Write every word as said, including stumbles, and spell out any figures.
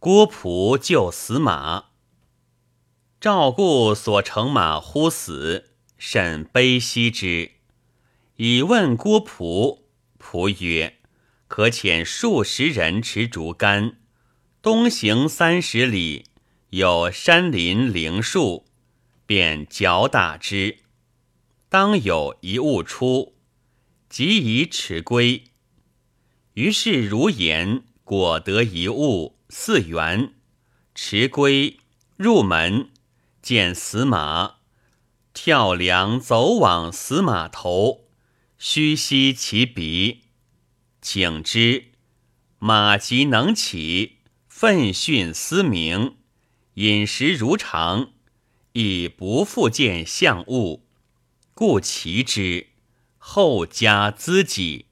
郭璞救死马。赵固所乘马忽死，甚悲惜之。以问郭璞，璞曰：可遣数十人持竹竿，东行三十里，有山林陵树，便绞打之。当有一物出，即以尺归。于是如言，果得一物，似圆。持归入门，见死马，跳梁走往死马头，虚息其鼻。请之，马即能起，奋训嘶鸣，饮食如常，亦不复见象物，故骑之，后加资己。